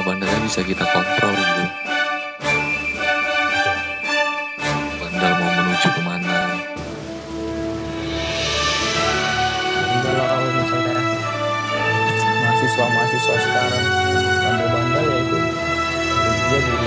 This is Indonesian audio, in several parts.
bandel-bandelnya bisa kita kontrol gitu. Bandel mau menuju kemana. Jadi kalau misalnya mahasiswa sekarang bandel-bandel ya itu dia jadi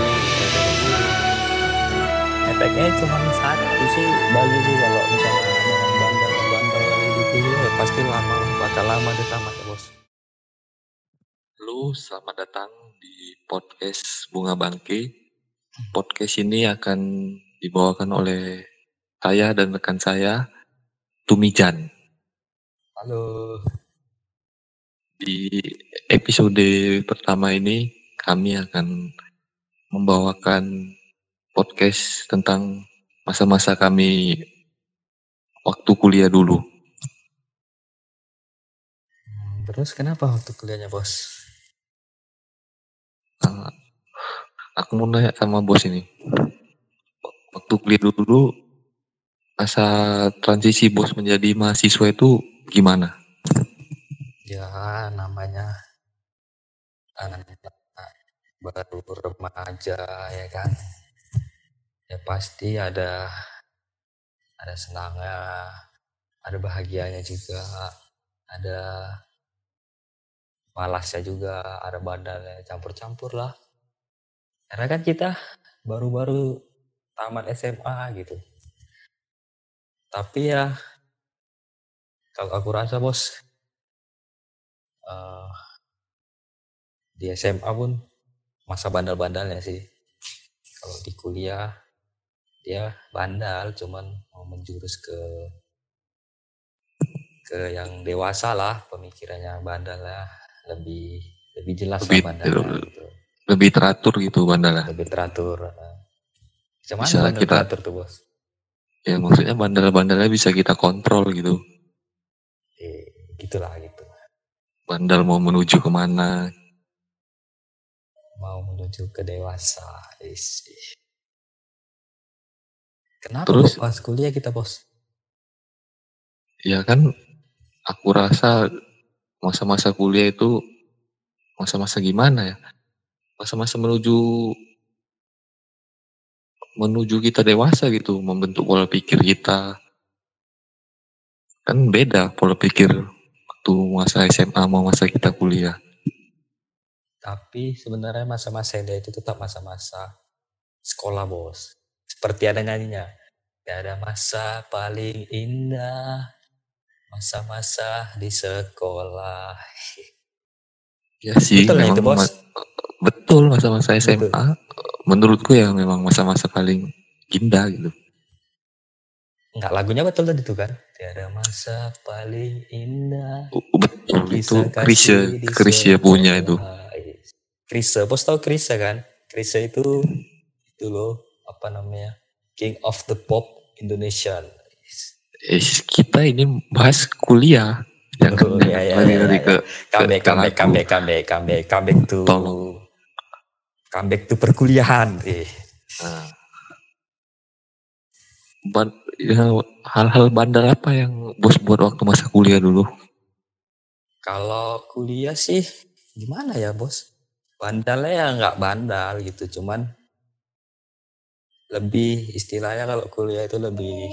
efeknya cuma satu sih bagi kalau misalnya orang bandel di kuliah ya pasti bakal lama dia tamat ya bos. Halo, selamat datang di podcast Bunga Bangke. Podcast ini akan dibawakan oleh saya dan rekan saya, Tumijan. Halo. Di episode pertama ini kami akan membawakan podcast tentang masa-masa kami waktu kuliah dulu. Terus kenapa waktu kuliahnya bos? Aku mau nanya sama bos ini. Waktu kuliah dulu, masa transisi bos menjadi mahasiswa itu gimana? Ya namanya anak baru remaja ya kan. Ya pasti ada senangnya, ada bahagianya juga, ada malasnya juga, ada bandalnya, campur-campur lah. Karena kan kita baru-baru tamat SMA gitu. Tapi ya kalau aku rasa bos di SMA pun masa bandal-bandalnya sih. Kalau di kuliah dia bandal, cuman mau menjurus ke yang dewasa lah, pemikirannya bandal lah, lebih jelas lah bandalnya gitu. Lebih teratur gitu bandalnya. Lebih teratur. Cuman Bisa bandal kita teratur tuh bos. Ya maksudnya bandel-bandelnya bisa kita kontrol gitu. Gitulah gitu. Bandel mau menuju kemana? Mau menuju ke dewasa. Kenapa Terus, pas kuliah kita bos? Ya kan aku rasa masa-masa kuliah itu masa-masa gimana ya? Masa-masa menuju kita dewasa gitu, membentuk pola pikir kita. Kan beda pola pikir waktu masa SMA sama masa kita kuliah. Tapi sebenarnya masa-masa ini itu tetap masa-masa sekolah bos. Seperti ada nyanyinya. Gak ada masa paling indah, masa-masa di sekolah. Ya sih, betul memang itu bos. Betul masa-masa SMA. Betul. Menurutku ya memang masa-masa paling indah gitu. Enggak, lagunya betul tadi itu kan. Tiada masa paling indah. Betul, itu Krisya punya itu. Krisya, bos tahu Krisya kan? Krisya itu loh, apa namanya? King of the Pop Indonesian. Kita ini bahas kuliah. Jangan lari ke comeback to perkuliahan. Hal-hal bandel apa yang bos buat waktu masa kuliah dulu? Kalau kuliah sih gimana ya bos? Bandalnya ya nggak bandal gitu, cuman lebih istilahnya kalau kuliah itu lebih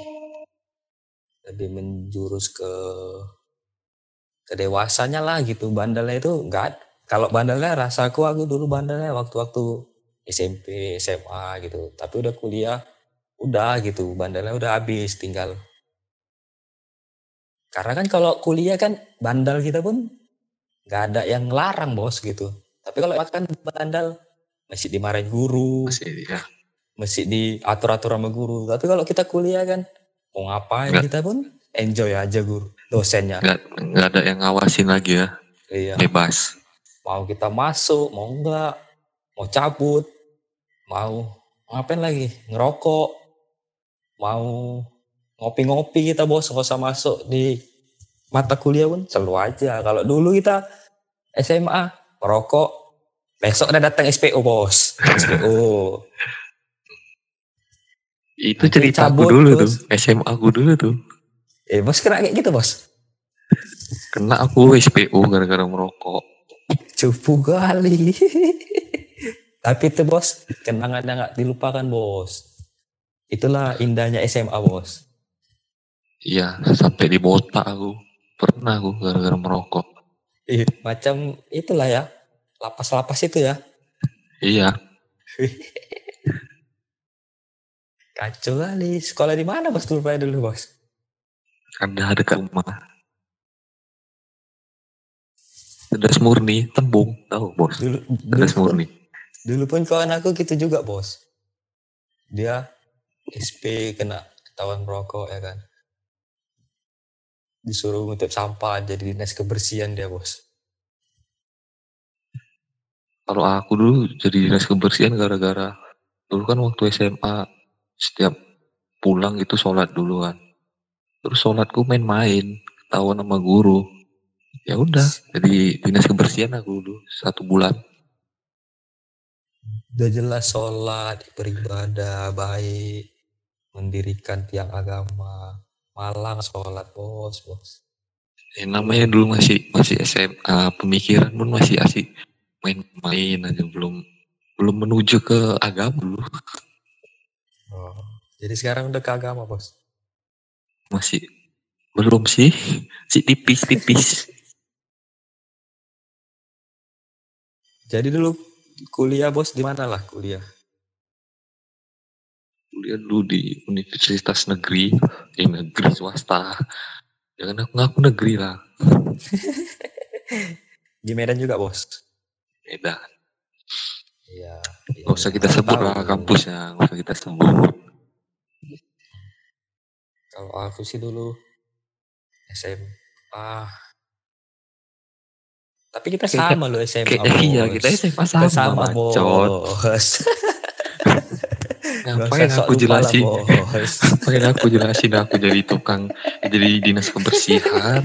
menjurus ke dewasanya lah gitu. Bandalnya itu enggak. Kalau bandalnya rasaku aku dulu bandalnya waktu SMP, SMA gitu. Tapi udah kuliah udah gitu, bandalnya udah habis, tinggal. Karena kan kalau kuliah kan bandal kita pun nggak ada yang larang bos gitu. Tapi kalau makan bandal masih dimarahin guru, masih diatur-atur sama guru. Tapi kalau kita kuliah kan mau ngapain kita pun enjoy aja guru, dosennya. Nggak ada yang ngawasin lagi ya. Iya. Bebas. Mau kita masuk, mau enggak, mau cabut, mau ngapain lagi, ngerokok, mau ngopi-ngopi kita bos, nggak usah masuk di mata kuliah pun selalu aja. Kalau dulu kita SMA merokok, besok udah datang SPO bos, SPO. Itu cerita aku dulu tuh, SMA aku dulu tuh. Bos kena kayak gitu bos? Kena aku SPO gara-gara merokok. Cupu kali. Tapi itu bos, kenangan yang gak dilupakan bos. Itulah indahnya SMA bos. Iya, sampai di botak aku. Pernah aku gara-gara merokok. Macam itulah ya, lapas-lapas itu ya. Iya, Kacau kali. Sekolah di mana bos dulu bos? ada dekat rumah. Tedas Murni, Tembung, tahu bos? Dulu, Tedas dulu pun, Murni. dulu pun kawan aku gitu juga bos. Dia SP kena ketahuan merokok ya kan. Disuruh ngutip sampah jadi dinas kebersihan dia bos. Kalau aku dulu jadi dinas kebersihan gara-gara dulu kan waktu SMA setiap pulang itu sholat dulu kan. Terus sholatku main-main, ketahuan sama guru. Ya udah, jadi dinas kebersihan aku dulu 1 bulan. Udah jelas sholat, beribadah, baik, mendirikan tiang agama, malang sholat bos. Namanya dulu masih SMA, pemikiran pun masih asik main-main aja, belum menuju ke agama dulu. Oh, jadi sekarang udah ke agama bos. Masih belum sih, tipis-tipis. Jadi dulu kuliah bos di mana lah kuliah? Kuliah dulu di universitas negeri swasta. Jangan aku ngaku negeri lah. Di Medan juga bos. Beda. Iya. Gak usah kita sebut lah kampusnya, gak usah kita sebut. Kalau aku sih dulu SMA. Tapi kita sama loh SMA bos. Iya, kita SMA sama bos. Ngapain aku jelasin? Ngapain aku jelasin aku jadi tukang, jadi dinas kebersihan.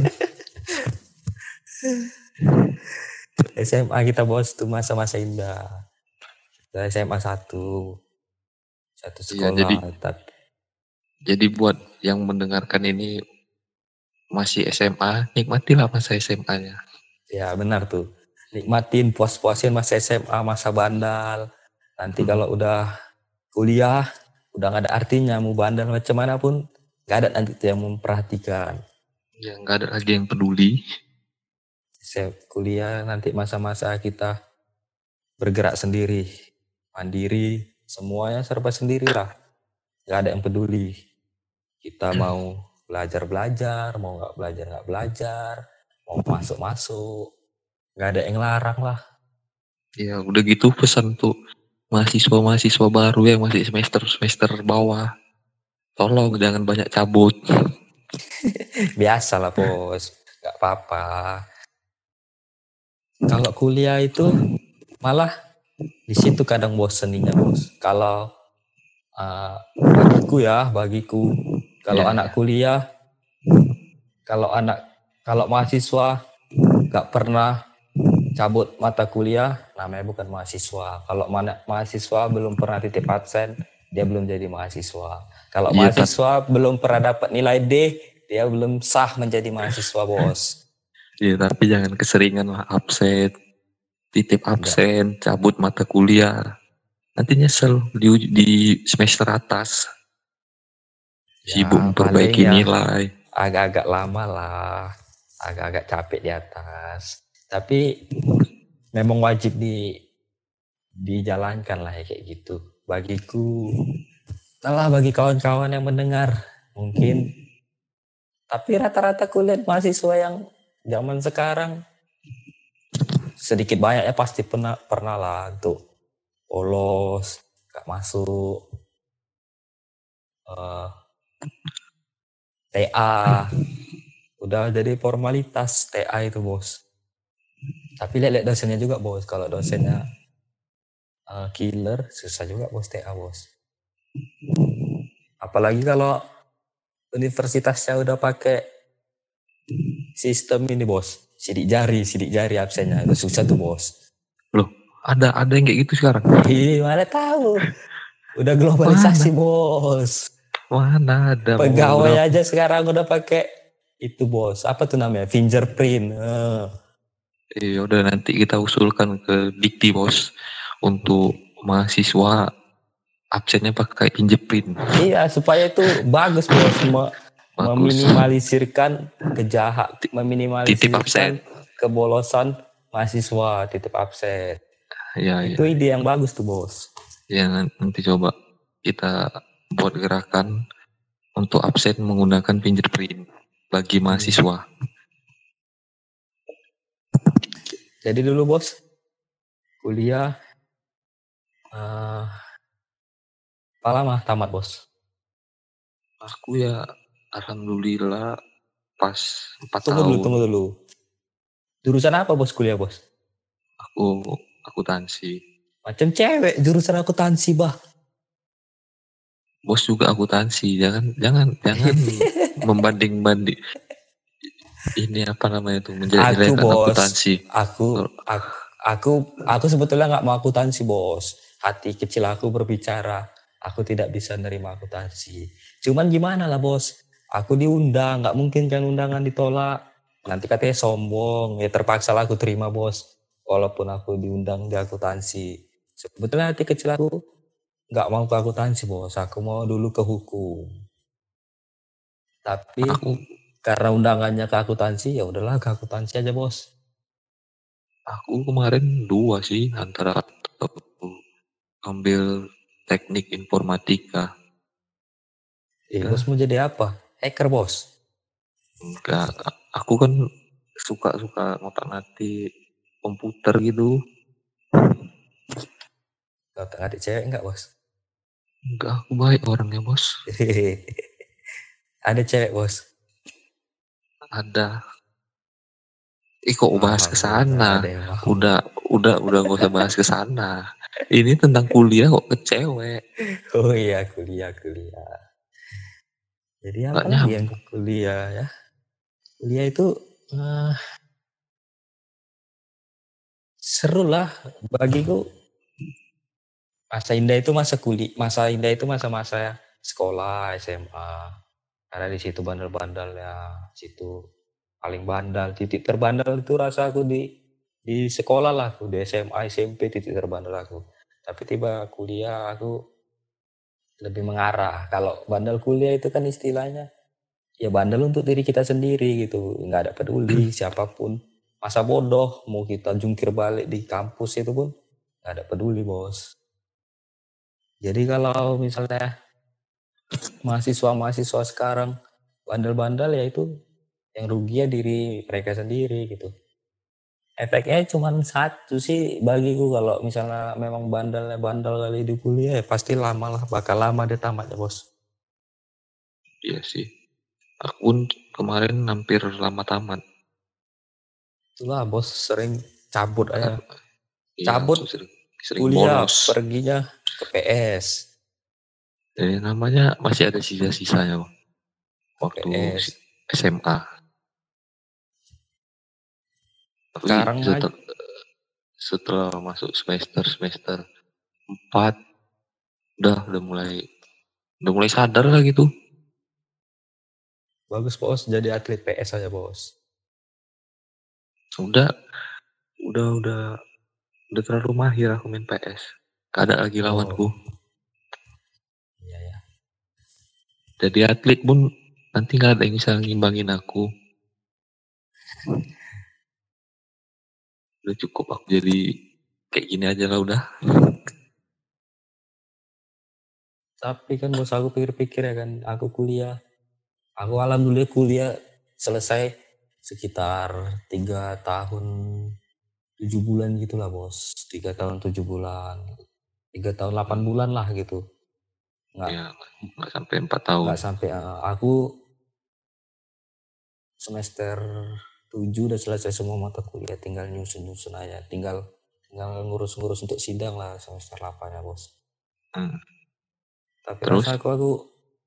SMA kita bos tuh masa-masa indah. Kita SMA satu sekolah. Iya, jadi buat yang mendengarkan ini masih SMA, nikmatilah masa SMA-nya. Ya benar tuh. Nikmatin puas-puasin masa SMA, masa bandal. Nanti kalau udah kuliah, udah gak ada artinya mau bandal macam mana pun, gak ada nanti tuh yang memperhatikan. Ya gak ada lagi yang peduli. Kuliah nanti masa-masa kita bergerak sendiri, mandiri, semuanya serba sendiri lah. Gak ada yang peduli. Kita mau belajar, mau gak belajar, mau masuk, gak ada yang larang lah. Ya udah gitu pesan tuh mahasiswa baru yang masih semester bawah, tolong jangan banyak cabut. Biasalah bos, gak apa-apa. Kalau kuliah itu malah di situ kadang boseninnya bos. Kalau bagiku kalau anak kuliah, kalau mahasiswa gak pernah cabut mata kuliah, namanya bukan mahasiswa. Kalau mahasiswa belum pernah titip absen, dia belum jadi mahasiswa. Kalau mahasiswa belum pernah dapat nilai D, dia belum sah menjadi mahasiswa bos. Iya, tapi jangan keseringan lah absen, titip absen, cabut mata kuliah. Nanti nyesel di semester atas. Sibuk memperbaiki nilai. Agak-agak lama lah, agak-agak capek di atas. Tapi memang wajib dijalankan lah ya kayak gitu. Bagiku, bagi kawan-kawan yang mendengar mungkin. Tapi rata-rata kuliah mahasiswa yang zaman sekarang sedikit banyaknya pasti pernah lah untuk bolos, gak masuk, TA, udah jadi formalitas TA itu bos. Tapi lihat dosennya juga bos, kalau dosennya killer susah juga bos TA bos. Apalagi kalau universitasnya udah pakai sistem ini bos, sidik jari absennya, itu susah tuh bos. Loh, ada yang kayak gitu sekarang? Mana tahu, udah globalisasi bos. Mana ada. Pegawai aja sekarang udah pakai itu bos, apa tuh namanya, fingerprint. Iya udah nanti kita usulkan ke Dikti bos untuk mahasiswa absennya pakai pinjepin. Iya, supaya itu bagus bos, Bagus. meminimalisirkan Titip meminimalisirkan absen. kebolosan mahasiswa titip absen. Ya, Itu ya. ide yang bagus tuh bos. Ya, nanti coba kita buat gerakan untuk absen menggunakan fingerprint bagi mahasiswa. Jadi dulu bos, kuliah berapa lama tamat bos? Aku ya alhamdulillah pas 4 Tunggu tahun. dulu. Jurusan apa bos kuliah bos? Aku akuntansi. Macam cewek jurusan akuntansi bah. Bos juga akuntansi. Jangan membanding-banding. Ini apa namanya tuh menjelek-jelekan akuntansi. Aku sebetulnya nggak mau akuntansi bos. Hati kecil aku berbicara. Aku tidak bisa nerima akuntansi. Cuman gimana lah bos? Aku diundang, nggak mungkin kan undangan ditolak. Nanti katanya sombong, ya terpaksa lah aku terima bos. Walaupun aku diundang di akuntansi. Sebetulnya hati kecil aku nggak mau ke akuntansi bos. Aku mau dulu ke hukum. Tapi karena undangannya ke akuntansi, ya udahlah ke akuntansi aja bos. Aku kemarin 2 sih, antara ambil teknik informatika. Bos mau jadi apa? Hacker bos? Enggak, aku kan suka ngotak-ngatik komputer gitu. Ngotak-ngatik cewek enggak bos? Enggak, aku baik orangnya bos. Ada cewek bos? Ada. Kok bahas ke sana? Udah gak usah bahas ke sana. Ini tentang kuliah kok ke cewek. Oh iya, kuliah. Jadi apa lagi yang kuliah ya? Kuliah itu seru lah bagiku. Masa indah itu masa sekolah SMA. Karena di situ bandel-bandel ya, situ paling bandel, titik terbandel itu rasa aku di sekolah lah, aku di SMA SMP titik terbandel aku. Tapi tiba kuliah aku lebih mengarah. Kalau bandel kuliah itu kan istilahnya ya bandel untuk diri kita sendiri gitu, nggak ada peduli siapapun. Masa bodoh mau kita jungkir balik di kampus itu pun nggak ada peduli bos. Jadi kalau misalnya mahasiswa sekarang bandel-bandel ya itu yang rugi ya diri mereka sendiri gitu. Efeknya cuma satu sih bagiku, kalau misalnya memang bandel kali di kuliah ya pasti bakal lama dia tamatnya bos. Iya sih. Aku pun kemarin hampir lama tamat. Itulah bos, sering cabut aja. Iya, Cabut sering kuliah bolos. Perginya ke PS. Jadi namanya masih ada sisa-sisanya waktu PS. SMA. Tapi Sekarang setelah masuk semester 4 udah mulai sadar lah gitu. Bagus bos, jadi atlet PS aja bos. Udah terlalu mahir aku main PS. Gak ada lagi lawanku. Iya ya. Jadi atlet pun nanti gak ada yang bisa ngimbangin aku. Udah cukup aku jadi kayak gini aja lah udah. Tapi kan bos, aku pikir-pikir ya kan, aku kuliah. Aku alhamdulillah kuliah selesai sekitar 3 tahun 7 bulan gitulah bos. 3 tahun 7 bulan. 3 tahun 8 bulan lah gitu. Nggak sampai 4 tahun. Nggak sampai. Aku semester 7 udah selesai semua mata kuliah, tinggal nyusun aja. Tinggal ngurus-ngurus untuk sidang lah semester 8 ya bos. Tapi terus rasa aku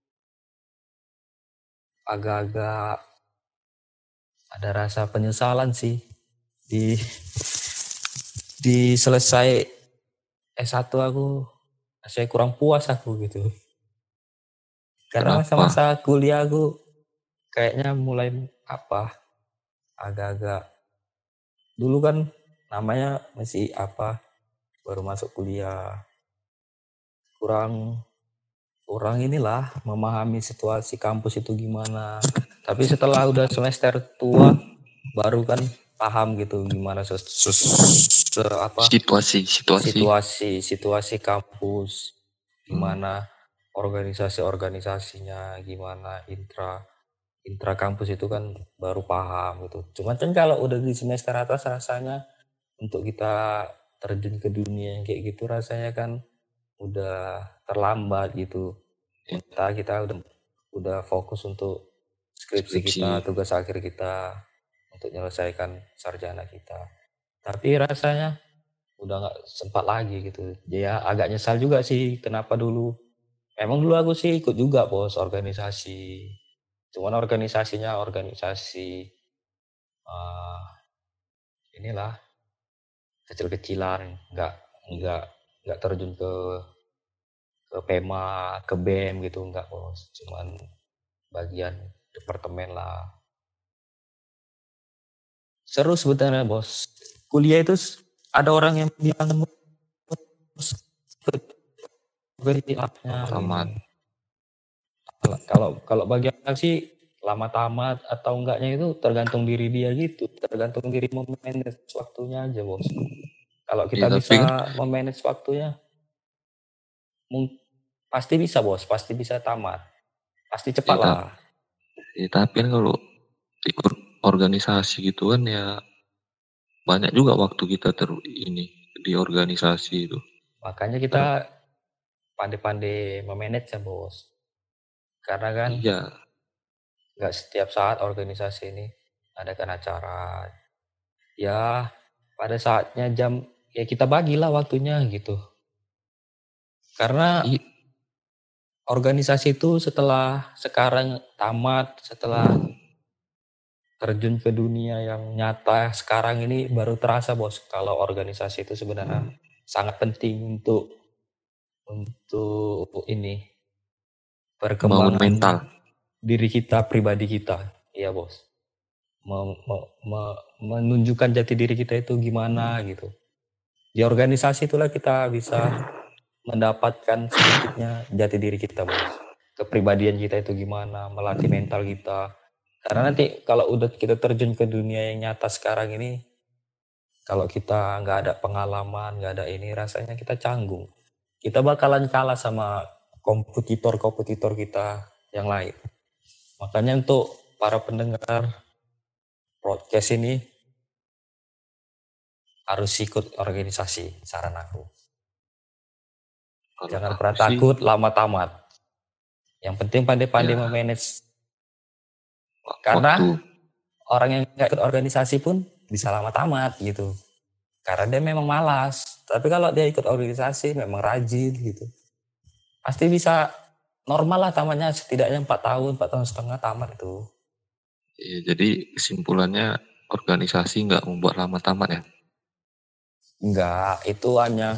agak-agak ada rasa penyesalan sih di selesai S1 aku saya kurang puas aku gitu. Karena masa-masa kuliah aku kayaknya mulai agak-agak dulu kan namanya masih baru masuk kuliah. kurang inilah memahami situasi kampus itu gimana. Tapi setelah udah semester tua baru kan paham gitu gimana situasi kampus, gimana organisasinya, gimana intra kampus itu kan baru paham gitu. Cuman kan kalau udah di semester atas rasanya untuk kita terjun ke dunia yang kayak gitu rasanya kan udah terlambat gitu. Entah kita udah fokus untuk skripsi kita, tugas akhir kita, untuk menyelesaikan sarjana kita. Tapi rasanya udah nggak sempat lagi gitu. Ya agak nyesal juga sih kenapa dulu. Emang dulu aku sih ikut juga bos organisasi. Cuman organisasi inilah kecil-kecilan, nggak terjun ke PEMA, ke BEM gitu nggak bos. Cuman bagian departemen lah. Seru sebetulnya bos. Kuliah itu ada orang yang bilang kalau bagi aku sih lama tamat atau enggaknya itu tergantung diri dia gitu, tergantung diri memanage waktunya aja bos. Kalau kita bisa memanage waktunya pasti bisa bos, pasti bisa tamat, pasti cepat lah. Tapi kan kalau ikut organisasi gitu kan ya banyak juga waktu kita di organisasi itu. Makanya kita pandai-pandai memanage ya bos. Karena kan nggak setiap saat organisasi ini adakan acara. Ya pada saatnya ya kita bagilah waktunya gitu. Karena organisasi itu setelah sekarang tamat, setelah terjun ke dunia yang nyata sekarang ini baru terasa bos kalau organisasi itu sebenarnya sangat penting untuk ini perkembangan mental diri kita, pribadi kita. Iya bos. Menunjukkan jati diri kita itu gimana gitu. Di organisasi itulah kita bisa mendapatkan sedikitnya jati diri kita bos. Kepribadian kita itu gimana, melatih mental kita. Karena nanti kalau udah kita terjun ke dunia yang nyata sekarang ini, kalau kita nggak ada pengalaman, nggak ada ini, rasanya kita canggung. Kita bakalan kalah sama kompetitor kita yang lain. Makanya untuk para pendengar podcast ini harus ikut organisasi, saran aku. Jangan pernah takut lama tamat. Yang penting pandai-pandai memanage. Karena orang yang nggak ikut organisasi pun bisa lama tamat gitu. Karena dia memang malas. Tapi kalau dia ikut organisasi memang rajin gitu. Pasti bisa normal lah tamatnya, setidaknya 4 tahun setengah tamat itu. Iya, jadi kesimpulannya organisasi nggak membuat lama tamat ya? Enggak, itu hanya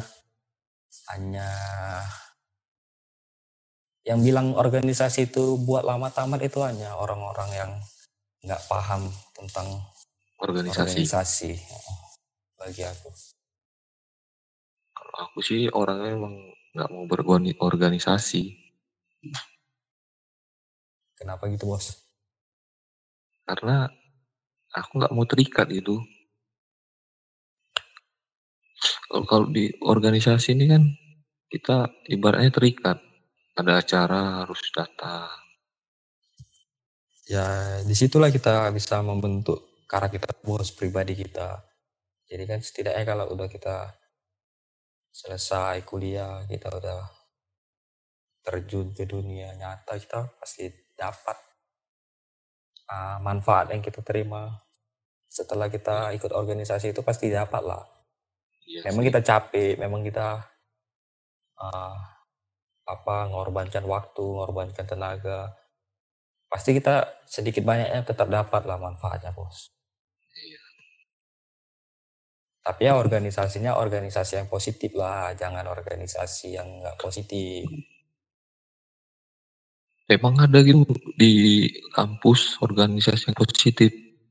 yang bilang organisasi itu buat lama tamat itu hanya orang-orang yang nggak paham tentang organisasi bagi aku. Kalau aku sih orangnya emang nggak mau berorganisasi. Kenapa gitu bos? Karena aku nggak mau terikat gitu. Kalau di organisasi ini kan kita ibaratnya terikat. Ada acara harus datang. Ya disitulah kita bisa membentuk karakter bos, pribadi kita. Jadi kan setidaknya kalau udah kita selesai kuliah, kita udah terjun ke dunia nyata, kita pasti dapat manfaat yang kita terima setelah kita ikut organisasi itu pasti dapat lah. Memang kita capek, memang kita ngorbankan waktu, ngorbankan tenaga. Pasti kita sedikit banyaknya tetap dapat lah manfaatnya bos. Tapi ya organisasinya organisasi yang positif lah, jangan organisasi yang nggak positif. Emang ada gitu di kampus organisasi yang positif?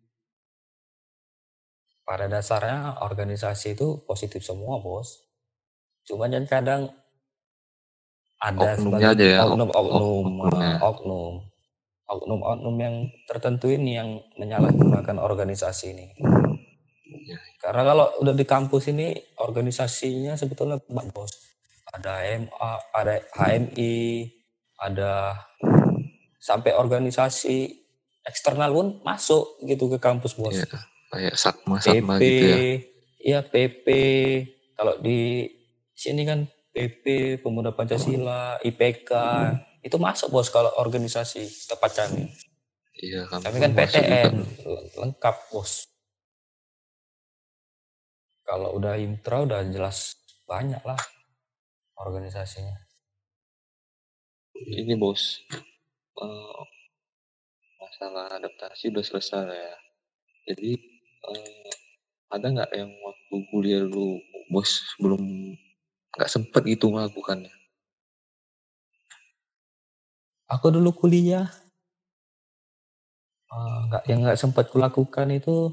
Pada dasarnya organisasi itu positif semua bos. Cuman yang kadang ada Oknumnya sebagai aja ya. oknum-oknum Oknumnya. oknum yang tertentu ini yang menyalahgunakan organisasi ini. Ya. Karena kalau udah di kampus ini organisasinya sebetulnya banyak bos. Ada MA, ada HMI, ada sampai organisasi eksternal pun masuk gitu ke kampus bos. Ya, kayak satma PP, gitu ya. iya PP. Kalau di sini kan PP, Pemuda Pancasila, IPK, itu masuk bos kalau organisasi tempat kami. Iya, kami Kami pun kan masuk juga. PTN, lengkap bos. Kalau udah intra udah jelas banyak lah organisasinya. Ini bos, masalah adaptasi udah selesai ya. Jadi ada nggak yang waktu kuliah dulu bos belum nggak sempet gitu melakukannya? Aku dulu kuliah yang nggak sempat kulakukan itu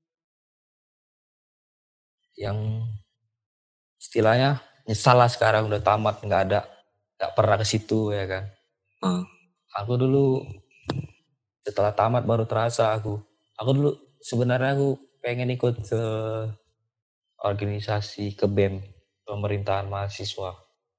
yang istilahnya nyesal lah sekarang udah tamat nggak pernah ke situ ya kan. Aku dulu setelah tamat baru terasa aku dulu sebenarnya aku pengen ikut ke organisasi ke BEM, pemerintahan mahasiswa.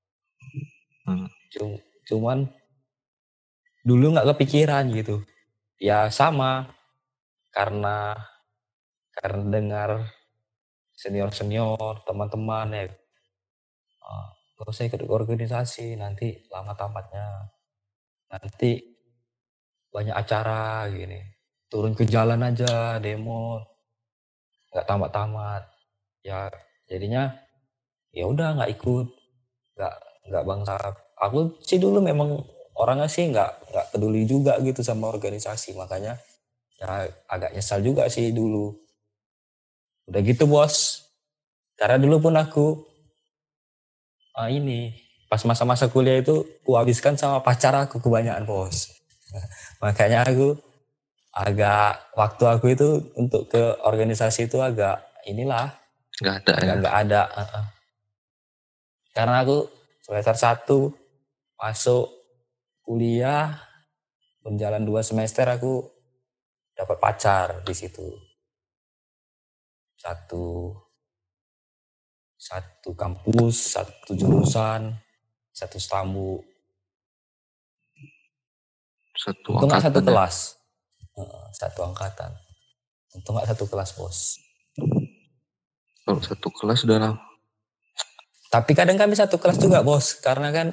Cuman dulu nggak kepikiran gitu ya, sama karena dengar senior teman-teman ya, gak usah ikut organisasi nanti lama tamatnya, nanti banyak acara gini, turun ke jalan aja demo nggak tamat ya, jadinya ya udah nggak ikut, nggak bangsa. Aku sih dulu memang orangnya sih nggak peduli juga gitu sama organisasi, makanya ya agak nyesal juga sih dulu. Udah gitu bos, karena dulu pun aku ini pas masa-masa kuliah itu kuhabiskan sama pacar aku kebanyakan bos. Makanya aku waktu aku itu untuk ke organisasi itu agak inilah nggak ada. Karena aku semester 1 masuk kuliah, berjalan 2 semester aku dapat pacar di situ. Satu kampus, satu jurusan, satu stambu. Untung nggak satu kelas. Satu angkatan. Untung nggak satu kelas bos. Kalau satu kelas udah lah. Tapi kadang kami satu kelas juga bos, karena kan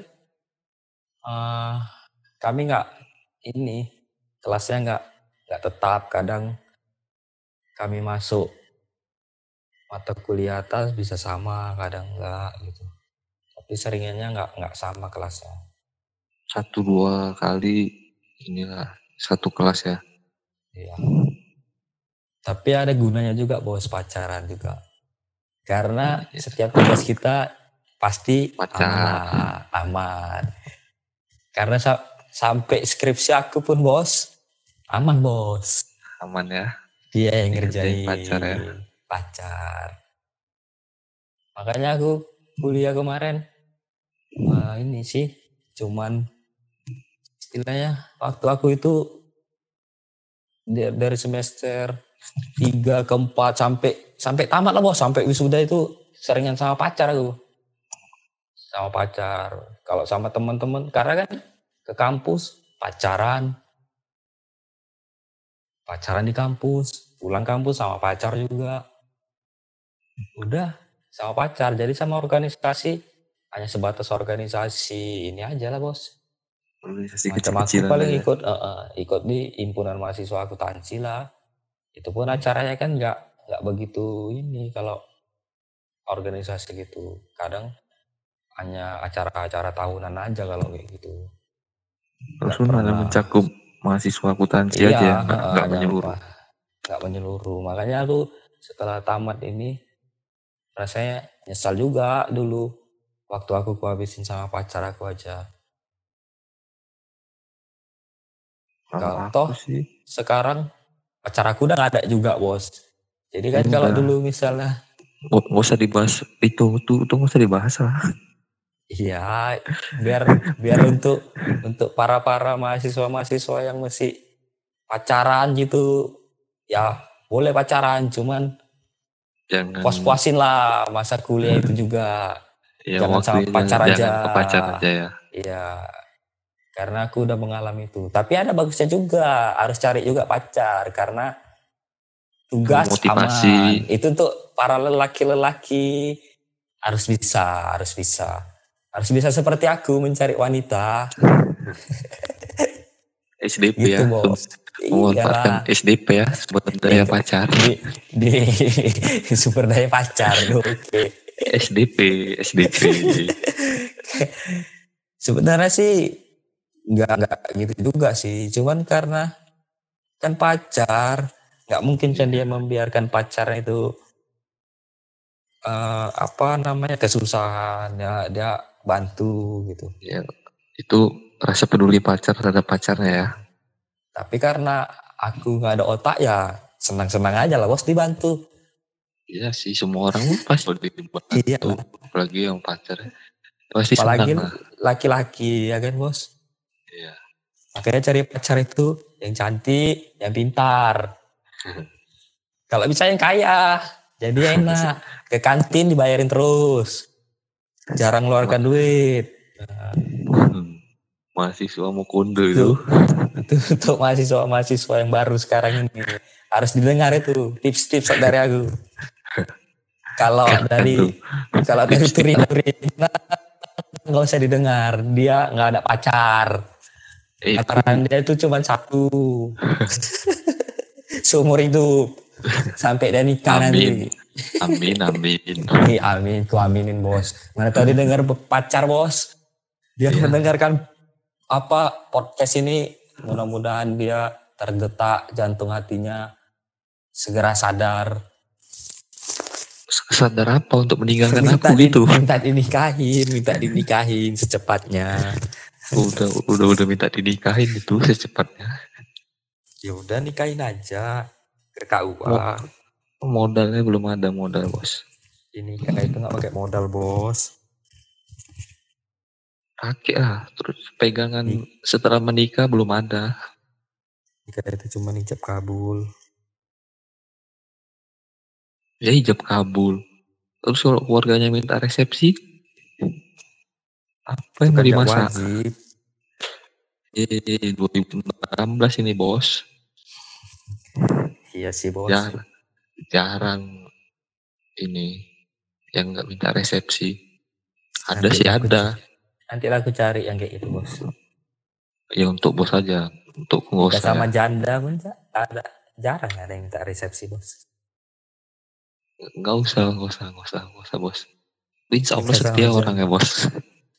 kami nggak kelasnya nggak tetap. Kadang kami masuk mata kuliah atas bisa sama, kadang enggak gitu. Tapi seringannya nggak sama kelasnya. 1-2 kali inilah satu kelas ya. Iya. Tapi ada gunanya juga bos pacaran juga. Karena setiap tugas kita pasti aman. Karena sampai skripsi aku pun bos, aman bos. Aman ya. Dia yang ngerjain pacar ya. Pacar. Makanya aku kuliah kemarin ini sih cuman istilahnya waktu aku itu dari semester 3 ke 4 sampai tamat lah bos, sampai wisuda itu seringan sama pacar aku. Sama pacar. Kalau sama teman-teman karena kan ke kampus pacaran di kampus, pulang kampus sama pacar juga. Udah sama pacar, jadi sama organisasi hanya sebatas organisasi ini aja lah bos. Organisasi Macam aku kecil-kecilan paling aja. ikut di himpunan mahasiswa akuntansi lah. Itu pun acaranya kan nggak begitu ini kalau organisasi gitu. Kadang hanya acara-acara tahunan aja kalau kayak gitu. Terus hanya mencakup mahasiswa akuntansi aja, nggak menyeluruh. Nggak menyeluruh. Makanya aku setelah tamat ini rasanya nyesal juga dulu waktu aku habisin sama pacar aku aja. Kalau toh sih sekarang pacar aku udah nggak ada juga bos. Jadi kan kalau dulu misalnya nggak usah dibahas itu nggak usah dibahas lah. Iya, biar untuk para mahasiswa yang masih pacaran gitu, ya boleh pacaran, cuman Jangan, puas-puasin lah masa kuliah itu juga. ya Jangan sama waktunya pacar jangan aja. ke pacar aja ya. Iya, karena aku udah mengalami itu. Tapi ada bagusnya juga, harus cari juga pacar karena tugas Memotivasi. aman. Itu untuk para lelaki-lelaki harus bisa, harus bisa. Harus bisa seperti aku mencari wanita. SDP Gitu, ya, Bos. memanfaatkan Iyalah. SDP ya, sumber daya Itu pacar. di sumber daya pacar. Oke. SDP, SDP. Sebenarnya sih nggak gitu juga sih. Cuman karena kan pacar, nggak mungkin kan dia membiarkan pacarnya itu apa namanya kesusahan, ya dia bantu gitu. Ya, itu rasa peduli pacar terhadap pacarnya ya. Tapi karena aku nggak ada otak ya senang-senang aja lah bos dibantu. Iya sih, semua orang pasti Iya dibantu, lah. apalagi yang pacar pasti senang Apalagi lah. laki-laki ya kan bos. Iya. Makanya cari pacar itu yang cantik, yang pintar. Kalau bisa yang kaya, jadi enak. Ke kantin dibayarin terus. Jarang ngeluarkan duit. Nah, Mahasiswa mau kondo itu. itu untuk mahasiswa yang baru sekarang ini. Harus didengar itu tips-tips dari aku. Kalau Kan tuh dari tips Turina nggak usah didengar. Dia nggak ada pacar. itu. Pacaran dia itu cuma satu. Seumur hidup. Sampai dia nikah Amin, nanti. amin, amin. Amin, ku aminin bos. Mana tahu didengar pacar bos. Dia Iya. mendengarkan apa podcast ini, mudah-mudahan dia terdetak jantung hatinya, segera sadar. Sadar apa untuk meninggalkan aku gitu? Minta dinikahin secepatnya. Udah minta dinikahin itu secepatnya. Ya udah nikahin aja ke KUA. Modalnya belum ada modal bos. Ini kayak itu nggak pakai modal bos. Pakai lah, terus pegangan setelah menikah belum ada. Nikah itu cuma ijab kabul. Ya ijab kabul. Terus kalau keluarganya minta resepsi, apa yang mau Itu kan dimasak? wajib. 2016 ini bos. Iya sih bos. Jarang ini yang nggak minta resepsi. Ada Nanti sih ada. Nanti aku cari yang kayak gitu bos. Ya untuk bos aja, untuk nggak usah sama ya. janda pun ada, jarang ada yang minta resepsi bos. Nggak usah bos. Insya Allah Nikah sama setia janda. orang ya bos.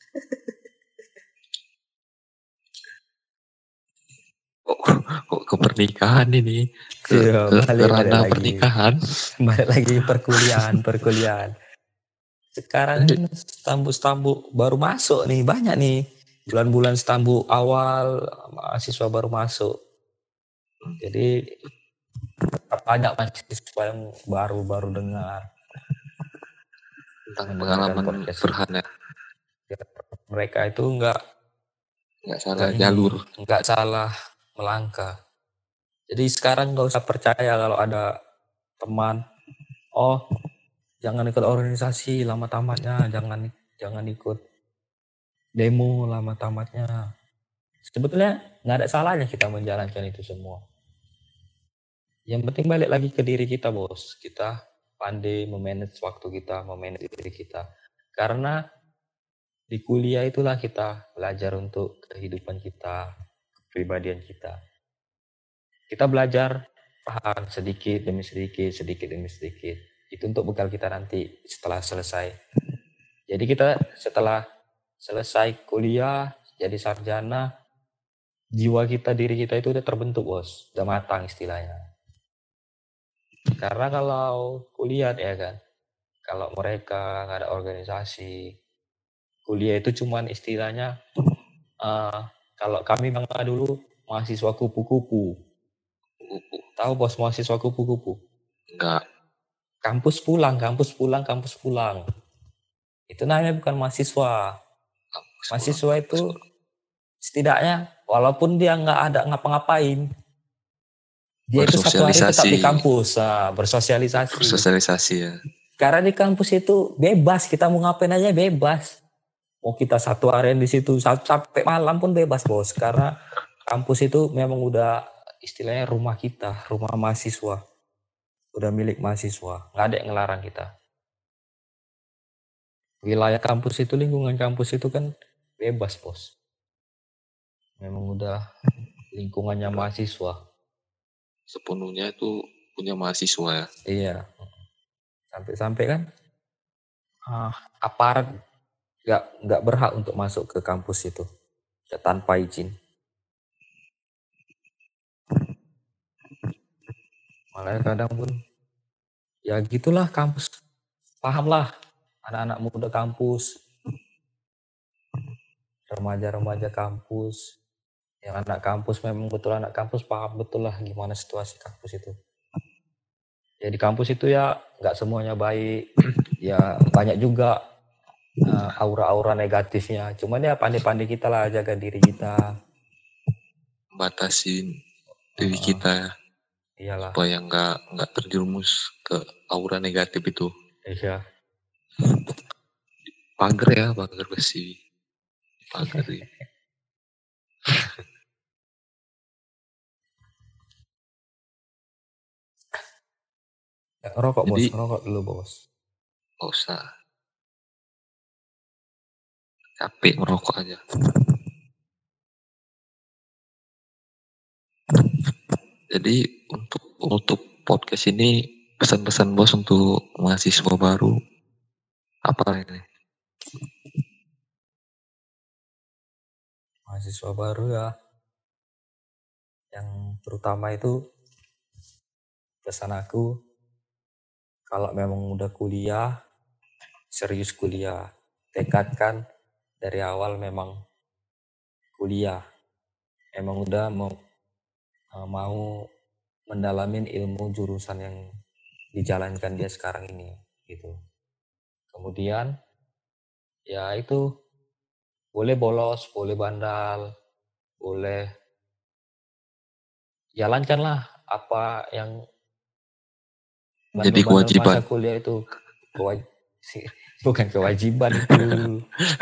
Kok ke pernikahan ini, ke ranah pernikahan. Balik lagi perkuliahan. Sekarang stambu baru masuk nih, banyak nih. Bulan-bulan stambu awal mahasiswa baru masuk. Jadi banyak mahasiswa yang baru dengar tentang pengalaman Burhan ya. Mereka itu nggak salah jalur, nggak salah melangkah. Jadi sekarang nggak usah percaya kalau ada teman, oh jangan ikut organisasi lama tamatnya, jangan ikut demo lama tamatnya. Sebetulnya nggak ada salahnya kita menjalankan itu semua. Yang penting balik lagi ke diri kita bos. Kita pandai memanage waktu kita, memanage diri kita. Karena di kuliah itulah kita belajar untuk kehidupan kita, kepribadian kita. Kita belajar paham sedikit demi sedikit. Itu untuk bekal kita nanti setelah selesai. Jadi kita setelah selesai kuliah, jadi sarjana, jiwa kita, diri kita itu udah terbentuk bos, udah matang istilahnya. Karena kalau kuliah ya kan, kalau mereka nggak ada organisasi, kuliah itu cuman istilahnya, kalau kami bangga dulu mahasiswa kupu-kupu. Tahu bos mahasiswa kupu-kupu? Enggak. Kampus pulang. Itu namanya bukan mahasiswa. Mahasiswa itu setidaknya walaupun dia nggak ada ngapa-ngapain, dia itu satu hari tetap di kampus, bersosialisasi. Bersosialisasi ya. Karena di kampus itu bebas, kita mau ngapain aja bebas. Mau kita satu harian di situ sampai malam pun bebas bos. Karena kampus itu memang udah istilahnya rumah kita, rumah mahasiswa. Udah milik mahasiswa, nggak ada yang ngelarang kita. Wilayah kampus itu, lingkungan kampus itu kan bebas bos. Memang udah lingkungannya mahasiswa. Sepenuhnya itu punya mahasiswa ya. Iya. Sampai-sampai kan aparat nggak berhak untuk masuk ke kampus itu ya, tanpa izin. Malah kadang pun ya gitulah kampus. Pahamlah anak-anak muda kampus, remaja-remaja kampus. Yang anak kampus memang betul anak kampus paham betul lah gimana situasi kampus itu. Ya di kampus itu ya nggak semuanya baik, ya banyak juga aura-aura negatifnya. Cuman ya pandai-pandai kita lah jaga diri kita, batasin diri kita ya. Iyalah. Supaya nggak terjerumus ke aura negatif itu. Iya. Pagar besi. Pagar ya. Rokok bos, rokok dulu bos. Gak usah. Capek merokok aja. Jadi untuk podcast ini pesan-pesan bos untuk mahasiswa baru apa ini? Mahasiswa baru ya, yang terutama itu pesan aku, kalau memang udah kuliah, serius kuliah, tekadkan dari awal memang kuliah, emang udah mau mendalamin ilmu jurusan yang dijalankan dia sekarang ini gitu. Kemudian ya itu boleh bolos, boleh bandal, boleh jalankanlah apa yang jadi kewajiban masa kuliah itu. Bukan kewajiban itu.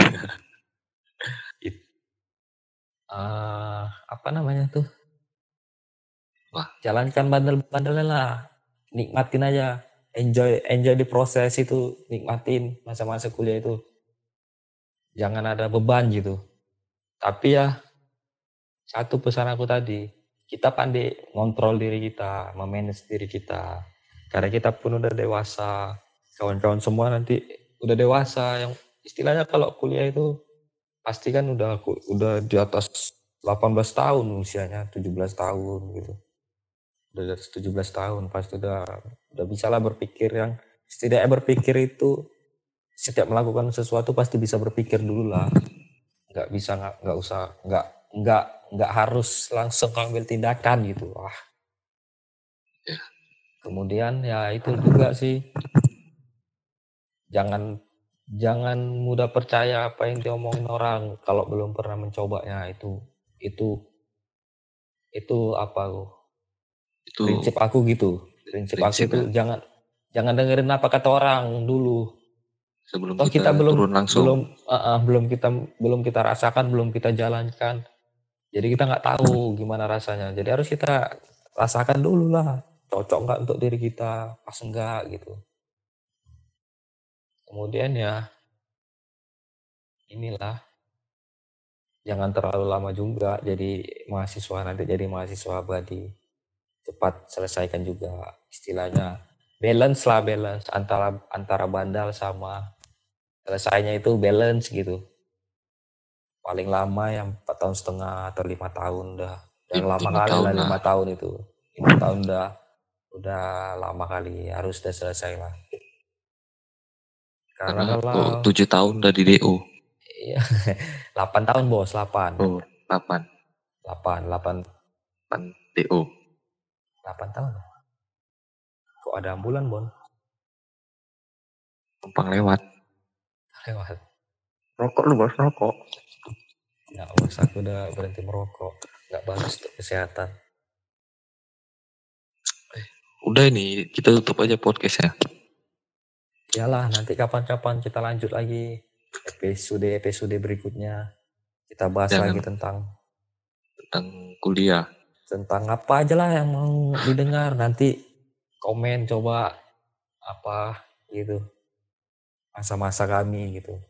Apa namanya tuh? Wah. Jalankan bandel-bandelnya lah, nikmatin aja, enjoy di proses itu, nikmatin masa-masa kuliah itu, jangan ada beban gitu. Tapi ya satu pesan aku tadi, kita pandai ngontrol diri kita, memanage diri kita, karena kita pun udah dewasa, kawan-kawan semua nanti udah dewasa, yang istilahnya kalau kuliah itu pasti kan udah di atas 18 tahun usianya, 17 tahun gitu. Udah dari 17 tahun pasti udah bisa lah berpikir, yang setidaknya berpikir itu setiap melakukan sesuatu pasti bisa berpikir dulu lah. Nggak harus langsung ambil tindakan gitu. Wah. Ya. Kemudian ya itu juga sih, jangan mudah percaya apa yang diomongin orang kalau belum pernah mencobanya. Itu apa itu prinsip aku gitu. Prinsip aku itu jangan dengerin apa kata orang dulu. Sebelum kita turun langsung. Belum kita rasakan, belum kita jalankan. Jadi kita nggak tahu gimana rasanya. Jadi harus kita rasakan dulu lah. Cocok nggak untuk diri kita, pas enggak gitu. Kemudian ya inilah, jangan terlalu lama juga jadi mahasiswa, nanti jadi mahasiswa abadi. Cepat selesaikan juga, istilahnya balance antara bandal sama selesainya itu balance gitu. Paling lama yang 4,5 tahun atau 5 tahun dah. Dan lama kali lah 5 tahun itu. 5 tahun udah lama kali, harus udah selesai lah. Karena kalau 7 tahun udah di DO. Iya. 8 tahun bos, 8. Oh, 8. 8 DO. 8 tahun. Kok ada ambulan, Bon? Numpang lewat. Lewat. Rokok lu bos, rokok. Nggak bos, aku udah berhenti merokok. Nggak bagus untuk kesehatan. Udah ini, kita tutup aja podcastnya. Iyalah, nanti kapan-kapan kita lanjut lagi episode berikutnya. Kita bahas Jangan lagi tentang kuliah. apa aja lah yang mau didengar. Nanti komen coba apa gitu. Masa-masa kami gitu.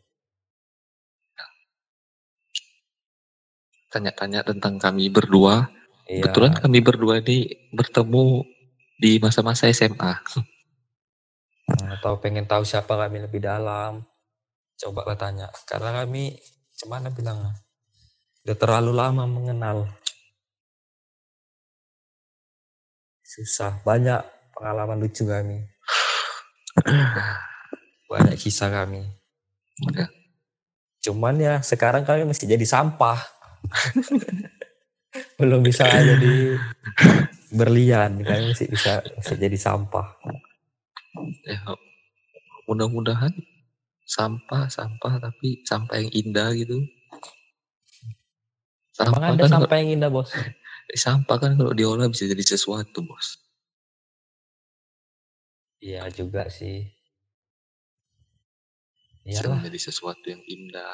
Tanya-tanya tentang kami berdua. Iya. Kebetulan kami berdua ini bertemu di masa-masa SMA. Atau pengen tahu siapa kami lebih dalam, coba lah tanya. Karena kami gimana bilangnya, udah terlalu lama mengenal. Susah, banyak pengalaman lucu kami. Banyak kisah kami. Ya. Cuman ya sekarang kami masih jadi sampah. Belum bisa jadi berlian, kami masih bisa jadi sampah. Ya, mudah-mudahan sampah tapi sampah yang indah gitu. Emang ada sampah yang indah bos? Sampah kan kalau diolah bisa jadi sesuatu bos. Iya juga sih. Bisa Iyalah. menjadi sesuatu yang indah.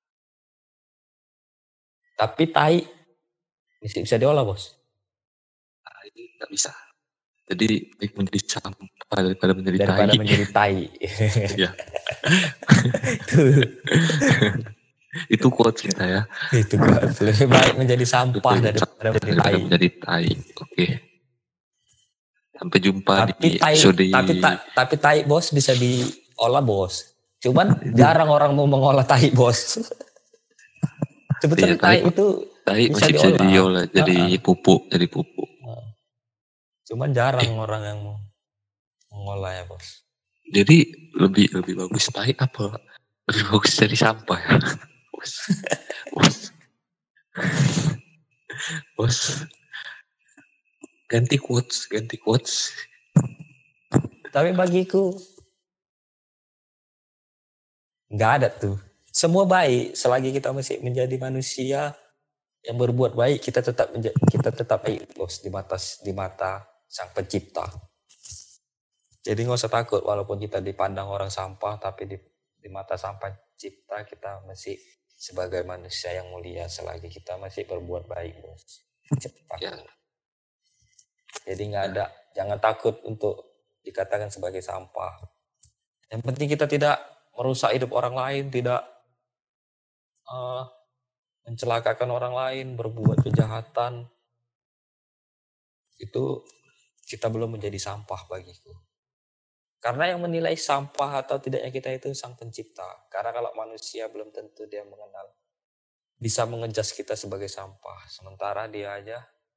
Tapi tai bisa diolah bos? Tai nggak bisa. Jadi baik menjadi sampah daripada menjadi tai. Menjadi tai. Iya. Itu quotes kita ya. Itu quotes. Lebih baik menjadi sampah daripada menjadi tai. Oke. Sampai jumpa di episode. Tapi tai bos bisa diolah bos. Cuman jarang orang mau mengolah tai bos. Sebetulnya tai itu masih bisa diolah jadi pupuk. Cuman jarang orang yang mau mengolah ya bos. Jadi lebih bagus tai apa? Lebih bagus dari sampah ya. Bos. Ganti quotes. Tapi bagiku nggak ada tuh. Semua baik selagi kita masih menjadi manusia yang berbuat baik, kita tetap baik bos di mata Sang Pencipta. Jadi nggak usah takut walaupun kita dipandang orang sampah, tapi di mata Sang Pencipta kita masih sebagai manusia yang mulia selagi kita masih berbuat baik bos. Cepat. Ya. Jadi nggak ada, jangan takut untuk dikatakan sebagai sampah. Yang penting kita tidak merusak hidup orang lain, tidak mencelakakan orang lain, berbuat kejahatan. Itu kita belum menjadi sampah bagiku. Karena yang menilai sampah atau tidaknya kita itu Sang Pencipta. Karena kalau manusia belum tentu dia mengenal, bisa mengejas kita sebagai sampah. Sementara dia aja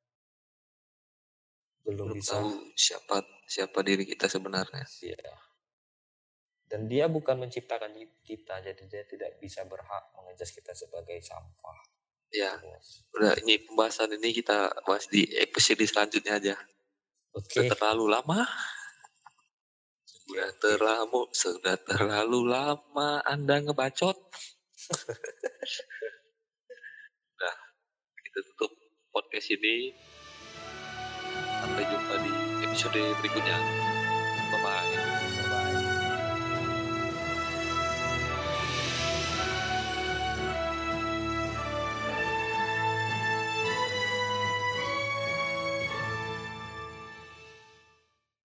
belum bisa tahu siapa diri kita sebenarnya. Iya. Dan dia bukan menciptakan kita, jadi dia tidak bisa berhak mengejas kita sebagai sampah. Ya, udah ini pembahasan ini kita bahas di episode selanjutnya aja. Oke. Terlalu lama. Sudah terlalu lama Anda ngebacot. Nah, kita tutup podcast ini. Sampai jumpa di episode berikutnya.